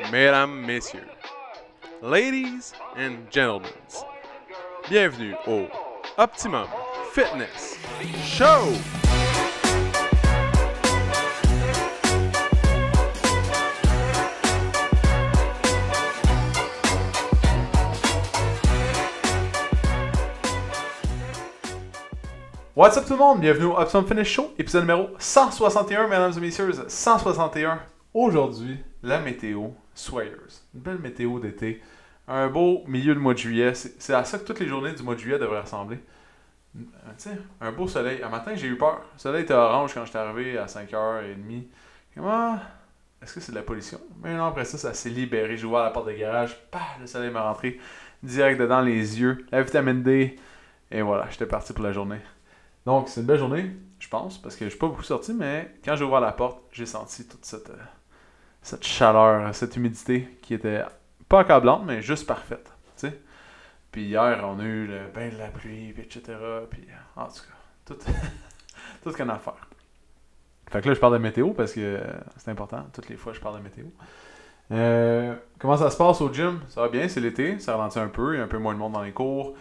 mesdames, messieurs, ladies and gentlemen, bienvenue au Optimum Fitness Show! What's up tout le monde? Bienvenue au Optimum Fitness Show, épisode numéro 161, mesdames et messieurs, 161. Aujourd'hui, la météo soyeuse. Une belle météo d'été. Un beau milieu de mois de juillet. C'est à ça que toutes les journées du mois de juillet devraient ressembler. Tu sais, un beau soleil. Un matin, j'ai eu peur. Le soleil était orange quand j'étais arrivé à 5h30. Comment? Est-ce que c'est de la pollution? Mais non, après ça, ça s'est libéré. J'ai ouvert la porte de garage. Le soleil m'a rentré direct dedans les yeux. La vitamine D. Et voilà, j'étais parti pour la journée. Donc, c'est une belle journée, je pense, parce que je suis pas beaucoup sorti, mais quand j'ai ouvert la porte, j'ai senti toute cette chaleur, cette humidité qui était pas accablante, mais juste parfaite, tu sais. Puis hier, on a eu le bain de la pluie, puis etc. Puis en tout cas, tout ce qu'on a à faire. Fait que là, je parle de météo parce que c'est important. Toutes les fois, je parle de météo. Comment ça se passe au gym? Ça va bien, c'est l'été, ça ralentit un peu, il y a un peu moins de monde dans les cours.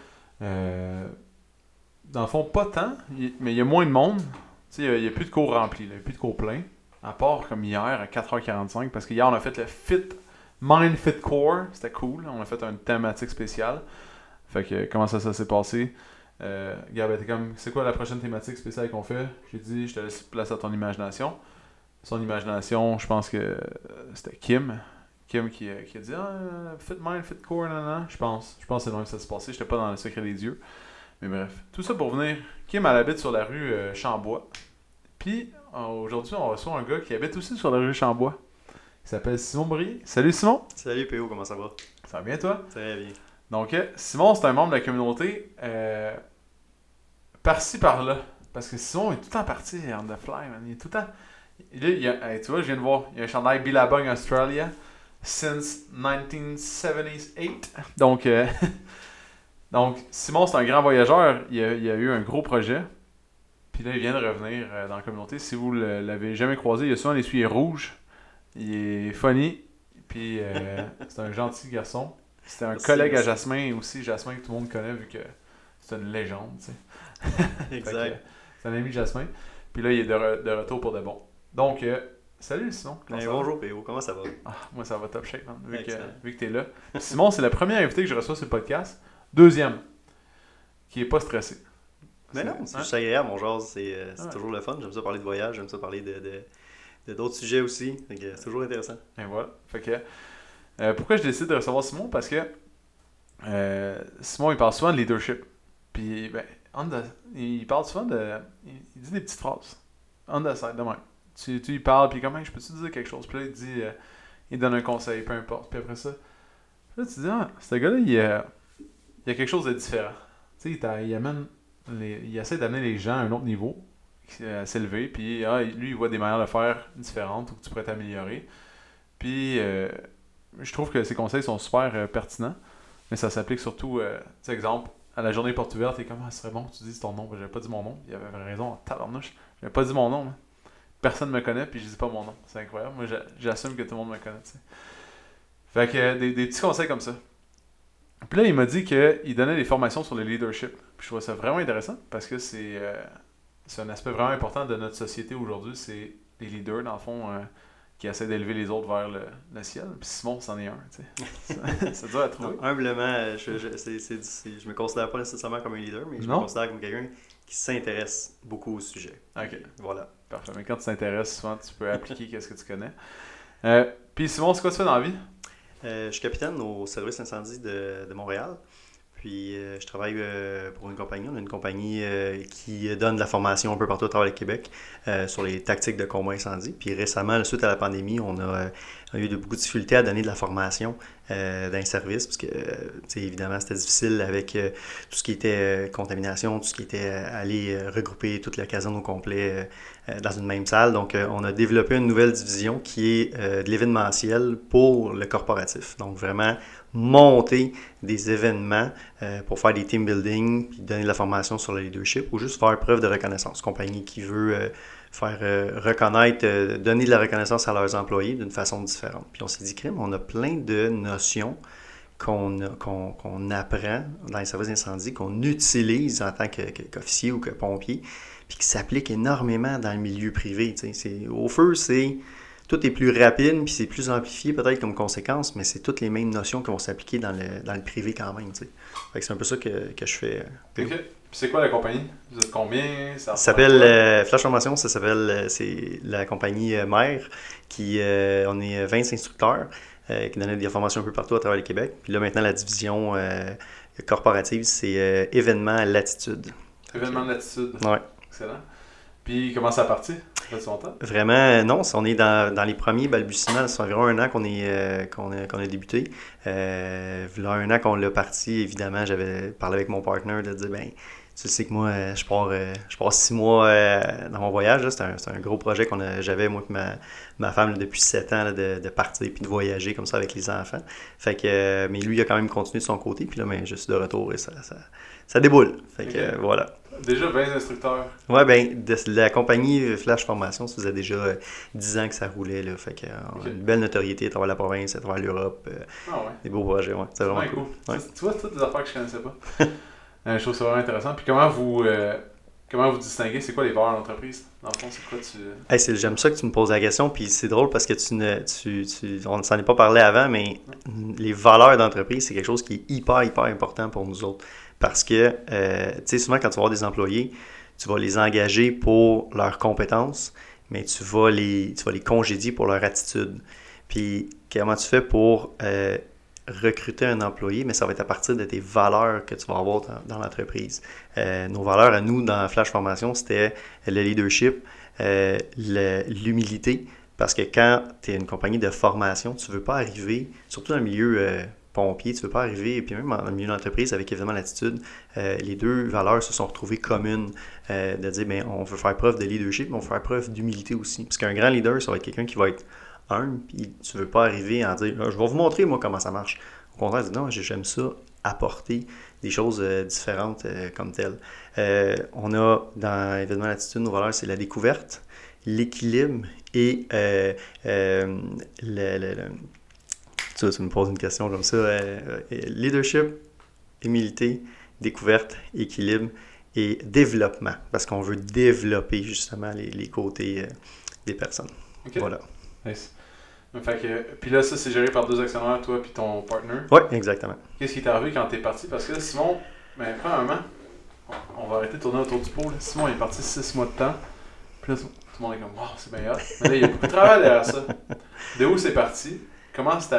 Dans le fond, pas tant, mais il y a moins de monde. Il n'y a plus de cours remplis, il n'y a plus de cours pleins. À part comme hier à 4h45, parce qu'hier on a fait le Mind Fit Core, c'était cool. On a fait une thématique spéciale. Fait que comment ça s'est passé? Gab était comme, c'est quoi la prochaine thématique spéciale qu'on fait? J'ai dit, je te laisse place à ton imagination. Son imagination, je pense que c'était Kim. Kim qui a dit, Fit Mind Fit Core, nanana. Je pense que c'est le même que ça s'est passé. J'étais pas dans le secret des dieux. Mais bref, tout ça pour venir. Kim, elle habite sur la rue Chambois. Puis, aujourd'hui, on reçoit un gars qui habite aussi sur la rue Chambois. Il s'appelle Simon Brier. Salut Simon! Salut PO, comment ça va? Ça va bien toi? Très bien. Donc, Simon, c'est un membre de la communauté par-ci, par-là. Parce que Simon est tout le temps parti on the fly, man. Il est tout le temps... Là, tu vois, je viens de voir, il y a un chandail Billabong Australia since 1978. Donc... Donc, Simon, c'est un grand voyageur. Il a eu un gros projet. Puis là, il vient de revenir dans la communauté. Si vous ne l'avez jamais croisé, il a souvent l'essuie rouge. Il est funny. Puis, c'est un gentil garçon. C'était un collègue à Jasmin aussi. Jasmin que tout le monde connaît vu que c'est une légende. Tu sais. Exact. C'est un ami de Jasmin. Puis là, il est de retour pour de bon. Donc, salut Simon. Bonjour PO, comment ça va? Moi, ça va top shape, man, vu que tu es là. Simon, c'est le premier invité que je reçois sur le podcast. Deuxième, qui est pas stressé. Mais non, c'est juste agréable, mon genre, c'est toujours le fun. J'aime ça parler de voyage, j'aime ça parler de d'autres sujets aussi. C'est toujours intéressant. Et voilà. Fait que, pourquoi je décide de recevoir Simon? Parce que Simon, il parle souvent de leadership. Puis, il parle souvent il dit des petites phrases. On the side, de même. Tu y parles, puis comment je peux-tu dire quelque chose? Puis là, il dit, il donne un conseil, peu importe. Puis après ça, là, tu dis, ce gars-là, il y a quelque chose de différent. Tu sais, il essaie d'amener les gens à un autre niveau, à s'élever, puis lui, il voit des manières de faire différentes ou que tu pourrais t'améliorer. Puis, je trouve que ses conseils sont super pertinents, mais ça s'applique surtout, tu sais, exemple, à la journée porte ouverte, et comment ce serait bon que tu dises ton nom? J'avais pas dit mon nom, il avait raison, tabarnouche. J'avais pas dit mon nom, hein. Personne me connaît, puis je dis pas mon nom. C'est incroyable. Moi, j'assume que tout le monde me connaît, tu sais. Fait que des petits conseils comme ça. Puis là, il m'a dit qu'il donnait des formations sur le leadership. Puis je trouvais ça vraiment intéressant parce que c'est un aspect vraiment important de notre société aujourd'hui. C'est les leaders, dans le fond, qui essaient d'élever les autres vers le ciel. Puis Simon, c'en est un. C'est dur à trouver. Non, humblement, je me considère pas nécessairement comme un leader, mais je me considère comme quelqu'un qui s'intéresse beaucoup au sujet. Ok. Voilà. Parfait. Mais quand tu t'intéresses, souvent, tu peux appliquer qu'est-ce que tu connais. Puis Simon, c'est quoi tu fais dans la vie? Je suis capitaine au service incendie de Montréal. Puis je travaille pour une compagnie. On a une compagnie qui donne de la formation un peu partout à travers le Québec sur les tactiques de combat incendie. Puis récemment, suite à la pandémie, on a eu beaucoup de difficultés à donner de la formation dans les services parce que, évidemment, c'était difficile avec tout ce qui était contamination, tout ce qui était aller regrouper toute la caserne au complet dans une même salle. Donc, on a développé une nouvelle division qui est de l'événementiel pour le corporatif. Donc, vraiment monter des événements pour faire des team building puis donner de la formation sur le leadership ou juste faire preuve de reconnaissance. Compagnie qui veut faire reconnaître, donner de la reconnaissance à leurs employés d'une façon différente. Puis on s'est dit, crime, on a plein de notions qu'on apprend dans les services d'incendie, qu'on utilise en tant qu'officier ou que pompier, puis qui s'appliquent énormément dans le milieu privé. Au feu, tout est plus rapide, puis c'est plus amplifié peut-être comme conséquence, mais c'est toutes les mêmes notions qui vont s'appliquer dans le privé quand même. Fait que c'est un peu ça que je fais. OK. Puis c'est quoi la compagnie? Vous êtes combien? Ça s'appelle Flash Formation, c'est la compagnie mère, on est 20 instructeurs qui donnent des formations un peu partout à travers le Québec. Puis là, maintenant, la division corporative, c'est Événement Latitude. Événement Latitude. Oui. Excellent. Puis comment ça a parti? Ça fait longtemps? Vraiment, non. On est dans les premiers balbutiements. C'est environ un an qu'on a débuté. Là, un an qu'on l'a parti, évidemment, j'avais parlé avec mon partner de dire, ben, tu sais que moi, je pars 6 mois dans mon voyage. C'est un gros projet j'avais, moi et ma femme, là, depuis 7 ans, là, de partir puis de voyager comme ça avec les enfants. Fait que, mais lui, il a quand même continué de son côté. Puis là, ben, je suis de retour et ça déboule. Fait que, voilà. Déjà 20 instructeurs. Ouais, ben, de la compagnie Flash Formation, ça faisait déjà 10 ans que ça roulait, là. Fait que, on a une belle notoriété à travers la province, à travers l'Europe. Des beaux projets, ouais. C'est vraiment cool. Ouais. Tu vois, toutes des affaires que je connaissais pas. Je trouve ça vraiment intéressant. Puis comment vous distinguez? C'est quoi les valeurs d'entreprise? Dans le fond, c'est quoi tu... J'aime ça que tu me poses la question, puis c'est drôle parce que on ne s'en est pas parlé avant, mais les valeurs d'entreprise, c'est quelque chose qui est hyper, hyper important pour nous autres. Parce que, tu sais, souvent quand tu vas avoir des employés, tu vas les engager pour leurs compétences, mais tu vas les congédier pour leur attitude. Puis, comment tu fais pour recruter un employé, mais ça va être à partir de tes valeurs que tu vas avoir dans l'entreprise. Nos valeurs à nous, dans Flash Formation, c'était le leadership, l'humilité, parce que quand tu es une compagnie de formation, tu ne veux pas arriver, surtout dans le milieu pompier, tu ne veux pas arriver, et puis même dans le milieu d'entreprise avec évidemment l'attitude, les deux valeurs se sont retrouvées communes, de dire, bien, on veut faire preuve de leadership, mais on veut faire preuve d'humilité aussi. Parce qu'un grand leader, ça va être quelqu'un qui va être humble, puis tu ne veux pas arriver à dire, je vais vous montrer, moi, comment ça marche. Au contraire, dis, non, j'aime ça, apporter des choses différentes comme telles. On a, dans évidemment l'attitude, nos valeurs, c'est la découverte, l'équilibre et tu me poses une question comme ça. Leadership, humilité, découverte, équilibre et développement. Parce qu'on veut développer justement les côtés des personnes. Okay. Voilà. Nice. Puis là, ça, c'est géré par 2 actionnaires, toi puis ton partner. Oui, exactement. Qu'est-ce qui t'est arrivé quand t'es parti? Parce que là, Simon, premièrement, on va arrêter de tourner autour du pot. Là. Simon est parti 6 mois de temps. Puis là, tout le monde est comme, wow, c'est bien hot. Mais là, il y a beaucoup de travail derrière ça. De où c'est parti? Comment t'es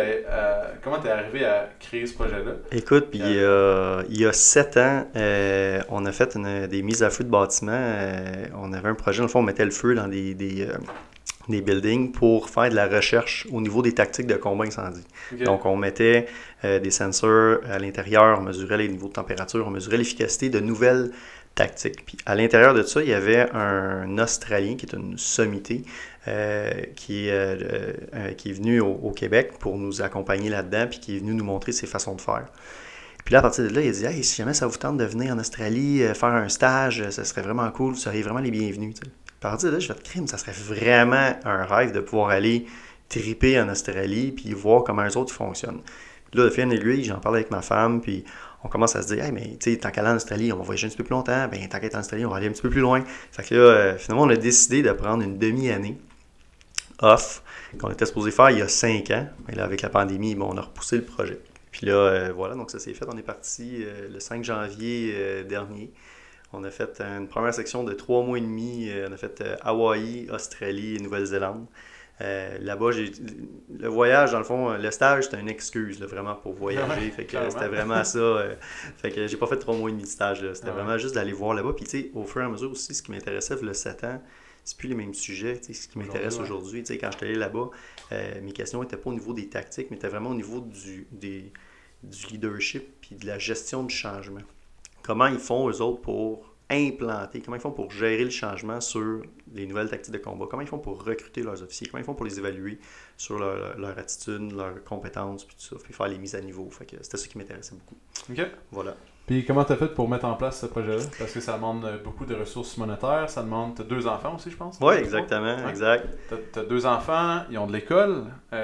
arrivé à créer ce projet-là? Écoute, puis il y a 7 ans, on a fait des mises à feu de bâtiments. On avait un projet, dans le fond, on mettait le feu dans des buildings pour faire de la recherche au niveau des tactiques de combat incendie. Okay. Donc, on mettait des sensors à l'intérieur, on mesurait les niveaux de température, on mesurait l'efficacité de nouvelles tactiques. Puis à l'intérieur de ça, il y avait un Australien qui est une sommité qui est venu au Québec pour nous accompagner là-dedans puis qui est venu nous montrer ses façons de faire. Puis là, à partir de là, il a dit « Hey, si jamais ça vous tente de venir en Australie, faire un stage, ça serait vraiment cool, vous seriez vraiment les bienvenus. » À partir de là, je vais te crime, ça serait vraiment un rêve de pouvoir aller triper en Australie puis voir comment eux autres fonctionnent. Puis là, de fil en aiguille, j'en parle avec ma femme, puis on commence à se dire, hey, mais tu sais, tant qu'à aller en Australie, on va voyager un petit peu plus longtemps, ben tant qu'à être en Australie, on va aller un petit peu plus loin. Fait que là, finalement, on a décidé de prendre une demi-année off qu'on était supposé faire il y a 5 ans. Mais là, avec la pandémie, bon, on a repoussé le projet. Puis là, voilà, donc ça s'est fait. On est parti le 5 janvier dernier. On a fait une première section de 3 mois et demi. On a fait Hawaï, Australie et Nouvelle-Zélande. Là-bas, le voyage, dans le fond, le stage, c'était une excuse là, vraiment pour voyager. Fait que c'était vraiment ça. Fait que j'ai pas fait 3 mois et demi de stage. Là. C'était vraiment juste d'aller voir là-bas. Puis tu sais, au fur et à mesure aussi, ce qui m'intéressait, le 7 ans, c'est plus les mêmes sujets. Ce qui m'intéresse aujourd'hui, quand je suis allé là-bas, mes questions n'étaient pas au niveau des tactiques, mais étaient vraiment au niveau du leadership puis de la gestion du changement. Comment ils font, eux autres, pour implanter, comment ils font pour gérer le changement sur les nouvelles tactiques de combat, comment ils font pour recruter leurs officiers, comment ils font pour les évaluer sur leur attitude, leurs compétences, puis tout ça, puis faire les mises à niveau. Fait que c'était ça qui m'intéressait beaucoup. OK. Voilà. Puis comment t'as fait pour mettre en place ce projet-là? Parce que ça demande beaucoup de ressources monétaires, ça demande... T'as 2 enfants aussi, je pense? Oui, Trois? exactement, Ouais. exact. T'as 2 enfants, ils ont de l'école,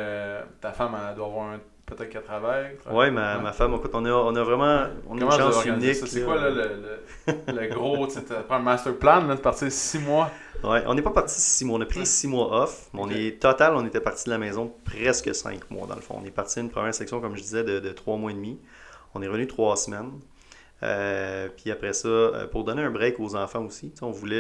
ta femme, elle doit avoir peut-être qu'elle travaille. Oui, Ouais. ma femme, écoute, on a vraiment Ouais. on a une Comment vous avez chance organisé ça? unique. C'est Là. quoi là, le gros, tu sais, t'as pris un master plan là, de partir 6 mois? Ouais, on n'est pas parti 6 mois. On a pris Ouais. 6 mois off, mais Ok. on était parti de la maison presque 5 mois dans le fond. On est parti une première section, comme je disais, de 3 mois et demi. On est revenu 3 semaines. Puis après ça, pour donner un break aux enfants aussi, tu sais, on voulait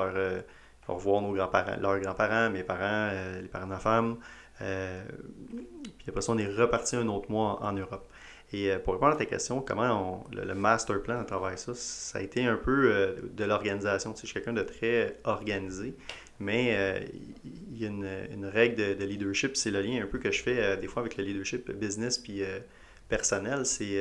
revoir nos grands-parents, leurs grands-parents, mes parents, les parents de ma femme. Euh, Puis après ça, on est reparti un autre mois en Europe. Et pour répondre à ta question, le master plan à travers ça, ça a été un peu de l'organisation. Tu sais, je suis quelqu'un de très organisé, mais il y a une règle de leadership, c'est le lien un peu que je fais des fois avec le leadership business puis personnel, c'est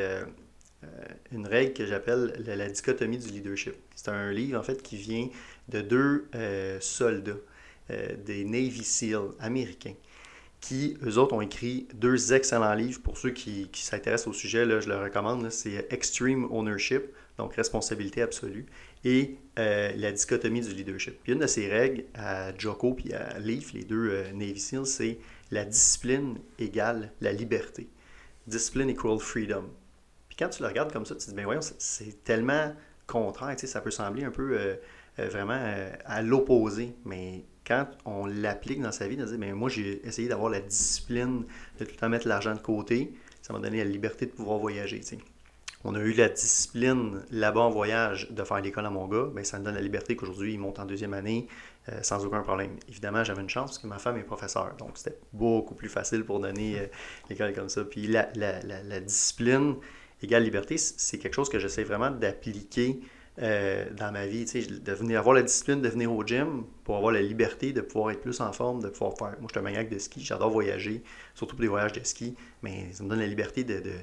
une règle que j'appelle la dichotomie du leadership. C'est un livre en fait qui vient de deux soldats, des Navy SEAL américains qui, eux autres, ont écrit 2 excellents livres. Pour ceux qui s'intéressent au sujet, là, je le recommande. Là, c'est Extreme Ownership, donc responsabilité absolue, et la dichotomie du leadership. Puis une de ces règles à Jocko puis à Leaf, les deux Navy SEALs, c'est la discipline égale la liberté. Discipline equal freedom. Puis quand tu le regardes comme ça, tu te dis, ben voyons, c'est tellement contraire, tu sais, ça peut sembler un peu vraiment à l'opposé, mais quand on l'applique dans sa vie, de dire, ben moi j'ai essayé d'avoir la discipline de tout le temps mettre l'argent de côté, ça m'a donné la liberté de pouvoir voyager, tu sais. On a eu la discipline là-bas en voyage de faire l'école à mon gars, ben ça me donne la liberté qu'aujourd'hui il monte en deuxième année sans aucun problème. Évidemment, j'avais une chance parce que ma femme est professeure, donc c'était beaucoup plus facile pour donner l'école comme ça. Puis la discipline égale liberté, c'est quelque chose que j'essaie vraiment d'appliquer dans ma vie, tu sais, avoir la discipline de venir au gym pour avoir la liberté de pouvoir être plus en forme, de pouvoir faire. Moi, je suis un maniaque de ski, j'adore voyager, surtout pour les voyages de ski, mais ça me donne la liberté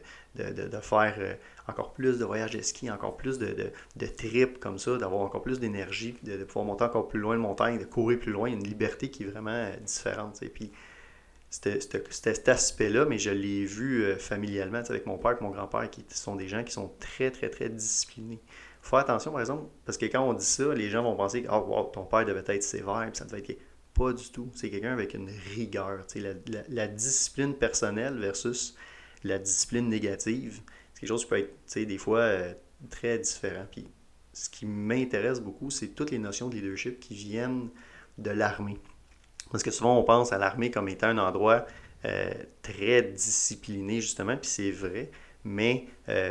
de faire encore plus de voyages de ski, encore plus de trips comme ça, d'avoir encore plus d'énergie, de pouvoir monter encore plus loin de montagne, de courir plus loin, une liberté qui est vraiment différente, tu sais. Puis, c'était cet aspect-là, mais je l'ai vu familialement avec mon père et mon grand-père, qui sont des gens qui sont très, très, très disciplinés. Il faut faire attention, par exemple, parce que quand on dit ça, les gens vont penser que oh, wow, ton père devait être sévère, puis ça devait être. Pas du tout. C'est quelqu'un avec une rigueur. La discipline personnelle versus la discipline négative, c'est quelque chose qui peut être des fois très différent. Puis ce qui m'intéresse beaucoup, c'est toutes les notions de leadership qui viennent de l'armée. Parce que souvent, on pense à l'armée comme étant un endroit très discipliné, justement, puis c'est vrai, mais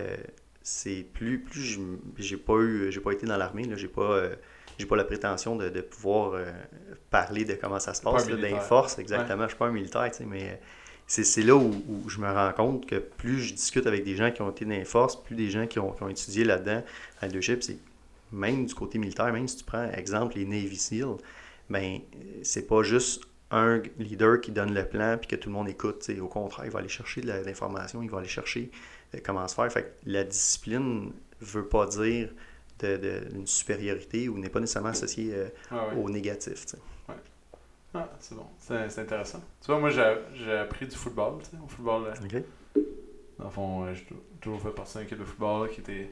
c'est plus j'ai pas été dans l'armée, là, j'ai pas la prétention de pouvoir parler de comment ça se T'es pas un passe, là, dans les militaire. forces, Ouais. exactement, je suis pas un militaire, tu sais, mais c'est là où je me rends compte que plus je discute avec des gens qui ont été dans les forces, plus des gens qui ont étudié là-dedans, à leadership, c'est même du côté militaire, même si tu prends, exemple, les Navy SEAL, ben c'est pas juste un leader qui donne le plan puis que tout le monde écoute. T'sais. Au contraire, il va aller chercher de l'information, il va aller chercher comment se faire. Fait que la discipline veut pas dire une supériorité ou n'est pas nécessairement associée Ouais. au négatif. Ouais. Ah, c'est bon. C'est intéressant. Tu vois, moi, j'ai appris du football, tu sais, au football. OK? Dans le fond, j'ai toujours fait partie d'une équipe de football là, qui était.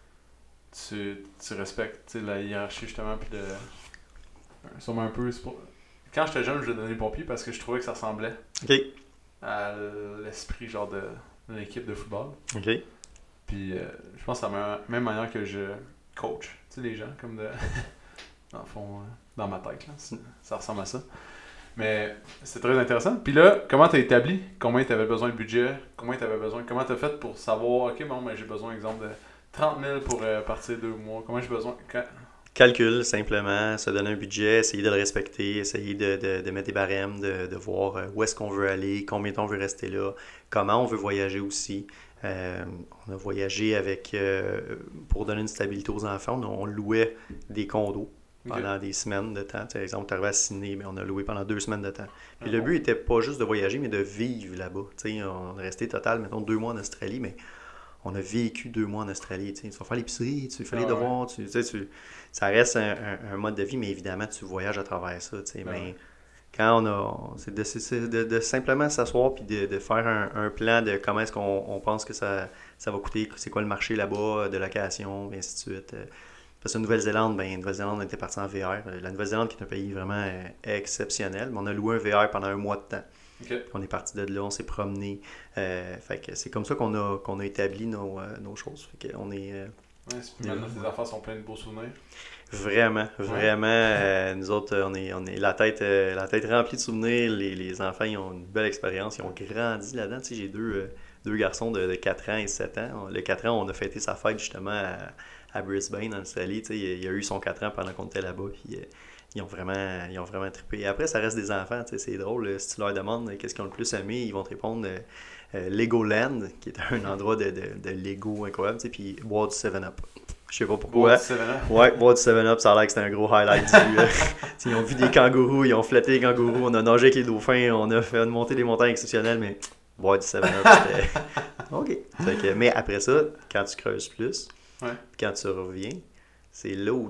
Tu respectes tu sais, la hiérarchie, justement, puis sûrement un peu. Quand j'étais jeune, je donnais les pompiers parce que je trouvais que ça ressemblait OK. à l'esprit, genre, de l'équipe de football. OK. Puis, je pense que c'est la même manière que je coach, tu sais, les gens, comme de. Dans le fond, dans ma tête, là. Ça ressemble à ça. Mais c'est très intéressant. Puis là, comment tu as établi combien tu avais besoin de budget, comment tu as fait pour savoir, ok, bon, ben, j'ai besoin, exemple, de 30 000 pour partir 2 mois. Comment j'ai besoin. Calcul, simplement, se donner un budget, essayer de le respecter, essayer de mettre des barèmes, de voir où est-ce qu'on veut aller, combien de temps on veut rester là, comment on veut voyager aussi. On a voyagé pour donner une stabilité aux enfants, on louait des condos pendant des semaines de temps. Par exemple, on est arrivé à Sydney, mais on a loué pendant 2 semaines de temps. Puis le but n'était pas juste de voyager, mais de vivre là-bas. On est resté total, mettons, 2 mois en Australie, mais on a vécu 2 mois en Australie. Tu vas faire l'épicerie, tu fais les devoirs, ça reste un mode de vie, mais évidemment, tu voyages à travers ça. Mais Quand c'est de simplement s'asseoir puis de faire un plan de comment est-ce qu'on pense que ça va coûter, c'est quoi le marché là-bas, de location, et ainsi de suite. Parce que Nouvelle-Zélande, Nouvelle-Zélande, on était parti en VR. La Nouvelle-Zélande qui est un pays vraiment exceptionnel, mais on a loué un VR pendant un mois de temps. OK. On est parti de là, on s'est promené. Fait que c'est comme ça qu'on a établi nos choses. Fait que on est Ouais, puis maintenant, tes affaires sont pleines de beaux souvenirs. vraiment, Ouais. vraiment. Nous autres, on est la tête remplie de souvenirs. Les enfants, ils ont une belle expérience. Ils ont grandi là-dedans. Tu sais, j'ai deux garçons de 4 ans et 7 ans. Le 4 ans, on a fêté sa fête justement à Brisbane, en Australie. Tu sais, il a eu son 4 ans pendant qu'on était là-bas. Puis ils ont vraiment trippé. Après, ça reste des enfants. Tu sais, c'est drôle. Si tu leur demandes qu'est-ce qu'ils ont le plus aimé, ils vont te répondre Legoland, qui est un endroit de Lego incroyable. Tu sais, puis boire du 7-Up. Je sais pas Boire pourquoi. du 7-Up. Ouais, boire du 7-Up, ça a l'air que c'était un gros highlight ils ont vu des kangourous, ils ont flatté les kangourous, on a nagé avec les dauphins, on a fait monter des montagnes exceptionnelles, mais boire du 7-Up, c'était... OK. Mais après ça, quand tu creuses plus, Ouais. quand tu reviens, c'est là où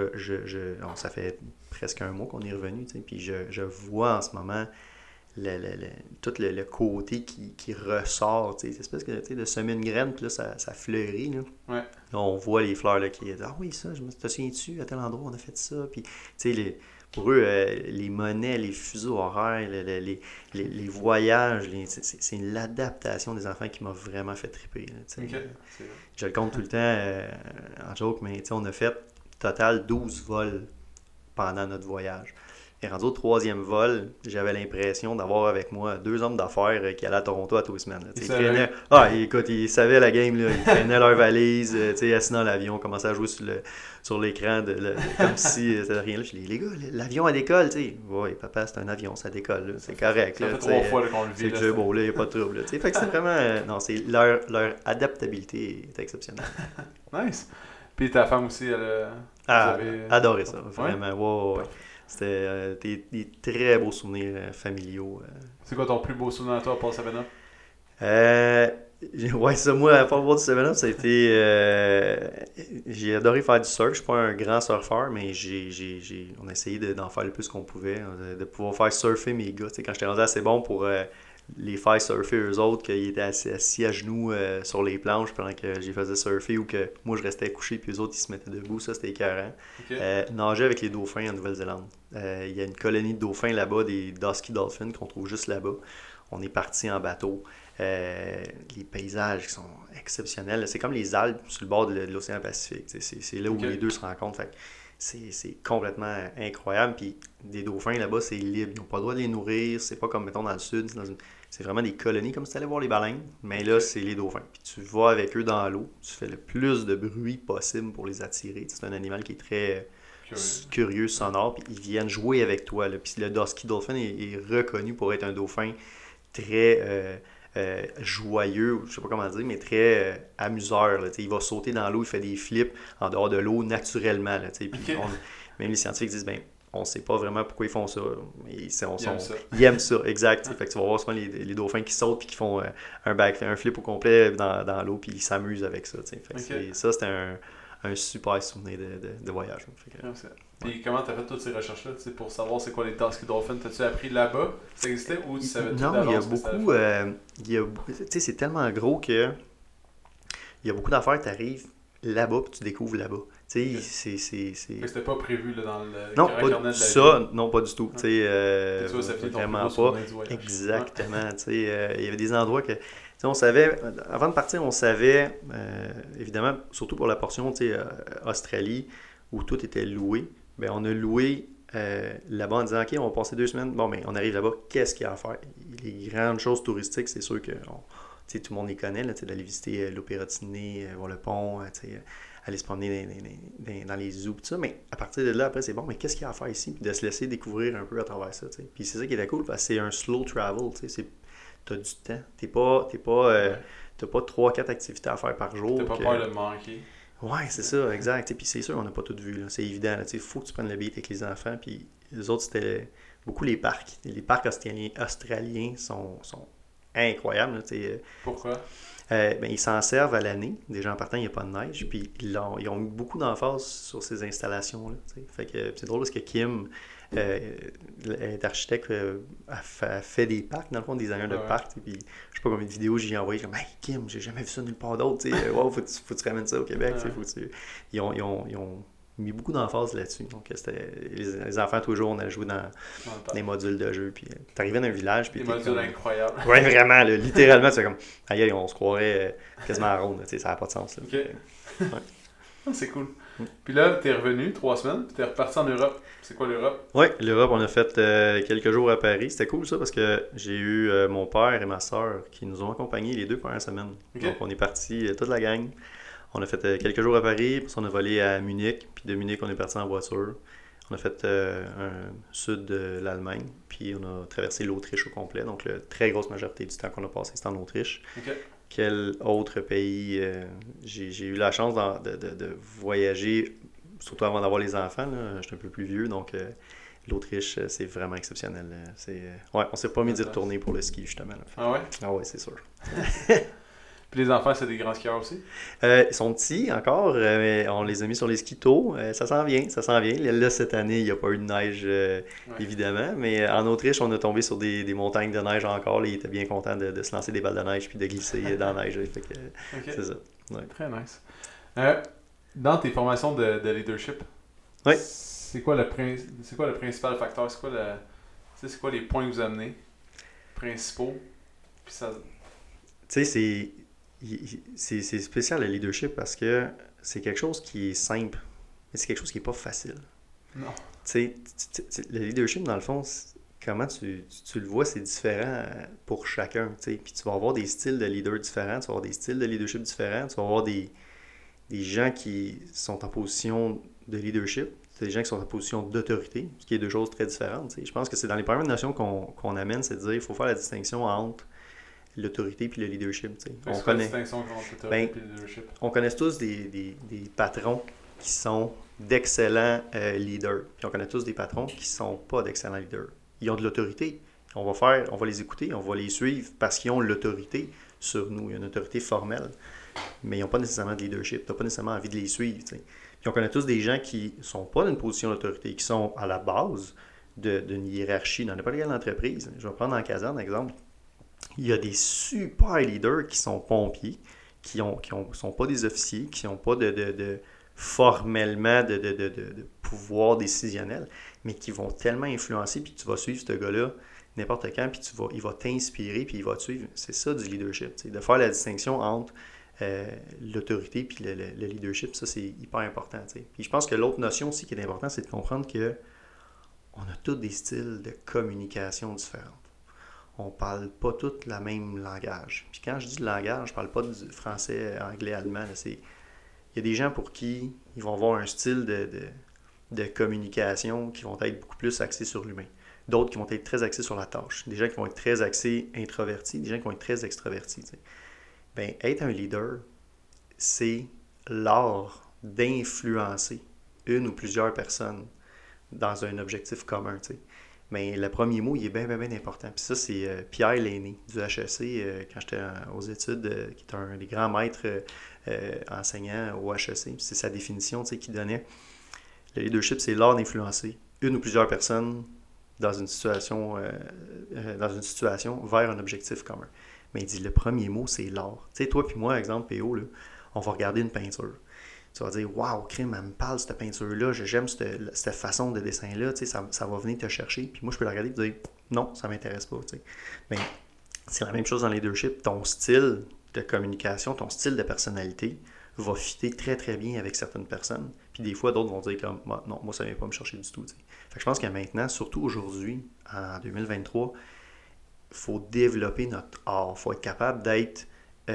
ça fait presque un mois qu'on est revenu, puis je vois en ce moment tout le côté qui ressort, cette espèce de semer une graine, puis là, ça fleurit. Là. Ouais. Là, on voit les fleurs là, qui disent ah oui, ça, je me souviens dessus, à tel endroit, on a fait ça. Puis, pour eux, les monnaies, les fuseaux horaires, les voyages, c'est l'adaptation des enfants qui m'a vraiment fait triper. Là, OK. C'est je le compte tout le temps en joke, mais on a fait total 12 vols pendant notre voyage. Et rendu au troisième vol, j'avais l'impression d'avoir avec moi deux hommes d'affaires qui allaient à Toronto à tous les semaines. Là. Ils traînaient... écoute, ils savaient la game, là. Ils traînaient leur valise, assis dans l'avion, commençaient à jouer sur l'écran comme si c'était rien. Là. Je dis, les gars, l'avion à décolle, tu sais. Oui, papa, c'est un avion, ça décolle, là. C'est correct. Ça Là, fait 3 fois là, qu'on le vit. c'est que bon, là, il n'y a pas de trouble. Là. Fait que c'est vraiment. Non, c'est leur adaptabilité est exceptionnelle. Nice. Puis ta femme aussi, vous avez... Adoré ça, Ouais? vraiment. Ouais. C'était des très beaux souvenirs familiaux. C'est quoi ton plus beau souvenir à toi, Paul Savena? Euh, ouais, ça, moi, à part voir du 7-Up, ça a été. J'ai adoré faire du surf. Je suis pas un grand surfeur, mais on a essayé d'en faire le plus qu'on pouvait, de pouvoir faire surfer mes gars. Tu sais, quand j'étais rendu assez bon pour les faire surfer eux autres, qu'ils étaient assis à genoux sur les planches pendant que je les faisais surfer ou que moi je restais couché puis eux autres ils se mettaient debout, ça c'était écœurant. OK. Nager avec les dauphins en Nouvelle-Zélande. Il y a une colonie de dauphins là-bas, des Dusky Dolphins qu'on trouve juste là-bas. On est parti en bateau. Les paysages qui sont exceptionnels. C'est comme les Alpes sur le bord de l'océan Pacifique. C'est là où OK. les deux se rencontrent. Fait que c'est complètement incroyable. Puis des dauphins là-bas, c'est libre. Ils n'ont pas le droit de les nourrir. C'est pas comme, mettons, dans le sud. C'est vraiment des colonies, comme si tu allais voir les baleines. Mais là, c'est les dauphins. Puis tu vas avec eux dans l'eau. Tu fais le plus de bruit possible pour les attirer. C'est un animal qui est très curieux, sonore. Puis ils viennent jouer avec toi. Là. Puis le Dusky Dolphin est reconnu pour être un dauphin très joyeux, je sais pas comment dire, mais très amuseur. Là, il va sauter dans l'eau, il fait des flips en dehors de l'eau naturellement. Là, puis OK. même les scientifiques disent, ben, on sait pas vraiment pourquoi ils font ça. Mais Ils aiment ça. ils aiment ça, exact. Fait que tu vas voir souvent les dauphins qui sautent et qui font un flip au complet dans l'eau, puis ils s'amusent avec ça. Fait que OK. ça, c'était un super souvenir de voyage. Fait que, Puis comment t'as fait toutes ces recherches-là pour savoir c'est quoi les Dusky Dolphins? T'as-tu appris là-bas? Ça existait ou tu savais tout non, il y a d'avance que ça beaucoup. allait Tu sais, c'est tellement gros que il y a beaucoup d'affaires qui arrivent là-bas puis tu découvres là-bas. Tu sais, Fait que c'était pas prévu là, dans le Non, carnet de la vie. ça, non, pas du tout. Tu sais, Et tu vois, ça fait ton vraiment plus beau pas. souvenir du voyage. Exactement. Tu sais, il y avait des endroits que. Tu sais, on savait, avant de partir, on savait, évidemment, surtout pour la portion, tu sais, Australie, où tout était loué, ben on a loué là-bas en disant, OK, on va passer 2 semaines. Bon, mais on arrive là-bas, qu'est-ce qu'il y a à faire? Les grandes choses touristiques, c'est sûr que tu sais, tout le monde les connaît, là, tu sais, d'aller visiter l'Opéra de Sydney, voir le pont, tu sais, aller se promener dans les zoos, tout ça. Mais à partir de là, après, c'est bon, mais qu'est-ce qu'il y a à faire ici? Puis de se laisser découvrir un peu à travers ça, tu sais. Puis c'est ça qui était cool, parce que c'est un slow travel, tu sais, t'as du temps. T'as pas 3-4 activités à faire par jour. T'as pas peur de manquer. Ouais, c'est ça, exact. Puis c'est sûr, on n'a pas tout vu. Là. C'est évident. Il faut que tu prennes le billet avec les enfants. Puis les autres, c'était beaucoup les parcs. Les parcs australiens sont incroyable. Là, tu sais. Pourquoi? Ben, ils s'en servent à l'année. Déjà en partant, il n'y a pas de neige. Puis ils ont mis beaucoup d'emphase sur ces installations-là. Tu sais. Fait que c'est drôle parce que Kim euh, est architecte, a fait des parcs, dans le fond, des designers de Ouais. parcs. Tu sais. Puis je sais pas combien de vidéos j'ai envoyées comme Hey Kim, j'ai jamais vu ça nulle part d'autre. Tu sais. Wow, faut que tu ramènes ça au Québec. Tu sais. Ouais. Ils ont mis beaucoup d'emphase là-dessus. Donc c'était les enfants, tous les jours, on a joué dans Dans le des parc. modules de jeu. Puis t'arrivais dans un village, puis Des t'es modules comme. incroyables. Ouais, vraiment, là, littéralement, tu fais comme, aïe, on se croirait quasiment en ronde, tu sais, ça n'a pas de sens. Là. Ok. Fait que, ouais. Ah, c'est cool. Mm. Puis là, t'es revenu 3 semaines, puis t'es reparti en Europe. C'est quoi l'Europe? Ouais, l'Europe, on a fait quelques jours à Paris. C'était cool ça parce que j'ai eu mon père et ma soeur qui nous ont accompagnés les 2 premières semaines. Ok. Donc on est parti toute la gang. On a fait quelques jours à Paris, puis on a volé à Munich, puis de Munich on est parti en voiture. On a fait un sud de l'Allemagne, puis on a traversé l'Autriche au complet. Donc la très grosse majorité du temps qu'on a passé, c'était en Autriche. Ok. Quel autre pays j'ai eu la chance de voyager, surtout avant d'avoir les enfants. Là. J'étais un peu plus vieux, donc l'Autriche, c'est vraiment exceptionnel. Ouais, on s'est pas mis d'y retourner pour le ski, justement. Là. Ah ouais? Ah ouais, c'est sûr. Puis les enfants, c'est des grands skieurs aussi? Ils sont petits encore, mais on les a mis sur les skis tôt. Ça s'en vient, ça s'en vient. Là, cette année, il n'y a pas eu de neige, Ouais. évidemment, mais en Autriche, on a tombé sur des montagnes de neige encore. Là, ils étaient bien contents de se lancer des balles de neige puis de glisser dans la neige. Fait que, Ok. c'est ça. Ouais. Très nice. Euh, dans tes formations de leadership, Ouais. c'est quoi le principal facteur? C'est quoi les points que vous amenez principaux? Puis ça. Tu sais, c'est spécial le leadership parce que c'est quelque chose qui est simple, mais c'est quelque chose qui n'est pas facile. Non. Tu sais, le leadership, dans le fond, comment tu le vois, c'est différent pour chacun. Tu sais. Puis tu vas avoir des styles de leader différents, tu vas avoir des styles de leadership différents, tu vas avoir des gens qui sont en position de leadership, des gens qui sont en position d'autorité, ce qui est deux choses très différentes. Tu sais. Je pense que c'est dans les premières notions qu'on amène, c'est de dire qu'il faut faire la distinction entre l'autorité et le leadership. Tu sais. C'est quoi la distinction entre l'autorité et le leadership? On connaît tous des patrons qui sont d'excellents leaders. Puis on connaît tous des patrons qui ne sont pas d'excellents leaders. Ils ont de l'autorité. On va les écouter, on va les suivre parce qu'ils ont l'autorité sur nous. Il y a une autorité formelle, mais ils n'ont pas nécessairement de leadership. Tu n'as pas nécessairement envie de les suivre. Tu sais. Puis on connaît tous des gens qui ne sont pas dans une position d'autorité, qui sont à la base d'une hiérarchie dans n'importe quelle entreprise. Je vais prendre en caserne, exemple. Il y a des super leaders qui sont pompiers, qui sont pas des officiers, qui n'ont pas formellement de pouvoir décisionnel, mais qui vont tellement influencer, puis tu vas suivre ce gars-là n'importe quand, puis il va t'inspirer, puis il va te suivre. C'est ça du leadership, t'sais, de faire la distinction entre l'autorité puis le leadership, ça c'est hyper important. T'sais. Puis je pense que l'autre notion aussi qui est importante, c'est de comprendre que on a tous des styles de communication différents. On parle pas tous le même langage. Puis quand je dis le langage, je parle pas du français, anglais, allemand. Là, il y a des gens pour qui ils vont avoir un style de communication qui vont être beaucoup plus axés sur l'humain. D'autres qui vont être très axés sur la tâche. Des gens qui vont être très axés introvertis, des gens qui vont être très extravertis. T'sais. Ben, être un leader, c'est l'art d'influencer une ou plusieurs personnes dans un objectif commun. T'sais. Mais le premier mot, il est bien, bien, bien important. Puis ça, c'est Pierre Lainé du HEC, quand j'étais aux études, qui est un des grands maîtres enseignants au HEC. Puis c'est sa définition qu'il donnait. Le leadership, c'est l'art d'influencer une ou plusieurs personnes dans une situation vers un objectif commun. Mais il dit, le premier mot, c'est l'art. Tu sais, toi puis moi, exemple, PO, là, on va regarder une peinture. Tu vas dire, waouh, crime, elle me parle cette peinture-là, j'aime cette façon de dessin-là, tu sais, ça va venir te chercher. Puis moi, je peux la regarder et dire, non, ça m'intéresse pas. Tu sais. Mais c'est la même chose dans le leadership. Ton style de communication, ton style de personnalité va fitter très, très bien avec certaines personnes. Puis des fois, d'autres vont dire, comme, non, moi, ça ne vient pas me chercher du tout. Tu sais. Fait que je pense que maintenant, surtout aujourd'hui, en 2023, il faut développer notre art. Il faut être capable d'être tu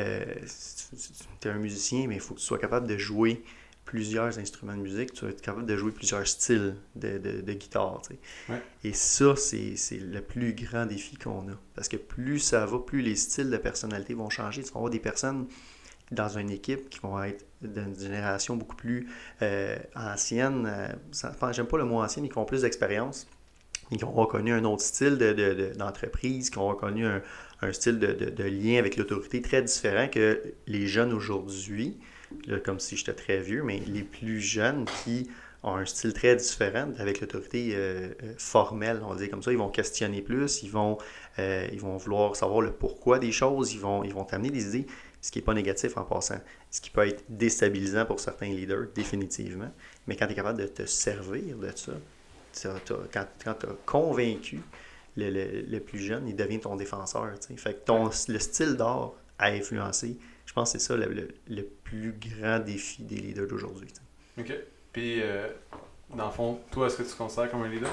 es un musicien, mais il faut que tu sois capable de jouer plusieurs instruments de musique, tu vas être capable de jouer plusieurs styles de guitare. Tu sais. Ouais. Et ça, c'est le plus grand défi qu'on a. Parce que plus ça va, plus les styles de personnalité vont changer. Tu vas avoir des personnes dans une équipe qui vont être d'une génération beaucoup plus ancienne. J'aime pas le mot ancien, mais qui ont plus d'expérience. Ils ont reconnu un autre style d'entreprise, qui ont reconnu un style de lien avec l'autorité très différent que les jeunes aujourd'hui, là, comme si j'étais très vieux, mais les plus jeunes qui ont un style très différent avec l'autorité formelle, on va dire comme ça. Ils vont questionner plus, ils vont vouloir savoir le pourquoi des choses, ils vont t'amener des idées, ce qui n'est pas négatif en passant, ce qui peut être déstabilisant pour certains leaders, définitivement. Mais quand tu es capable de te servir de ça, quand tu as convaincu le plus jeune, il devient ton défenseur. T'sais. Fait que le style d'art a influencé. Je pense que c'est ça le plus grand défi des leaders d'aujourd'hui. T'sais. OK. Puis, dans le fond, toi, est-ce que tu te considères comme un leader?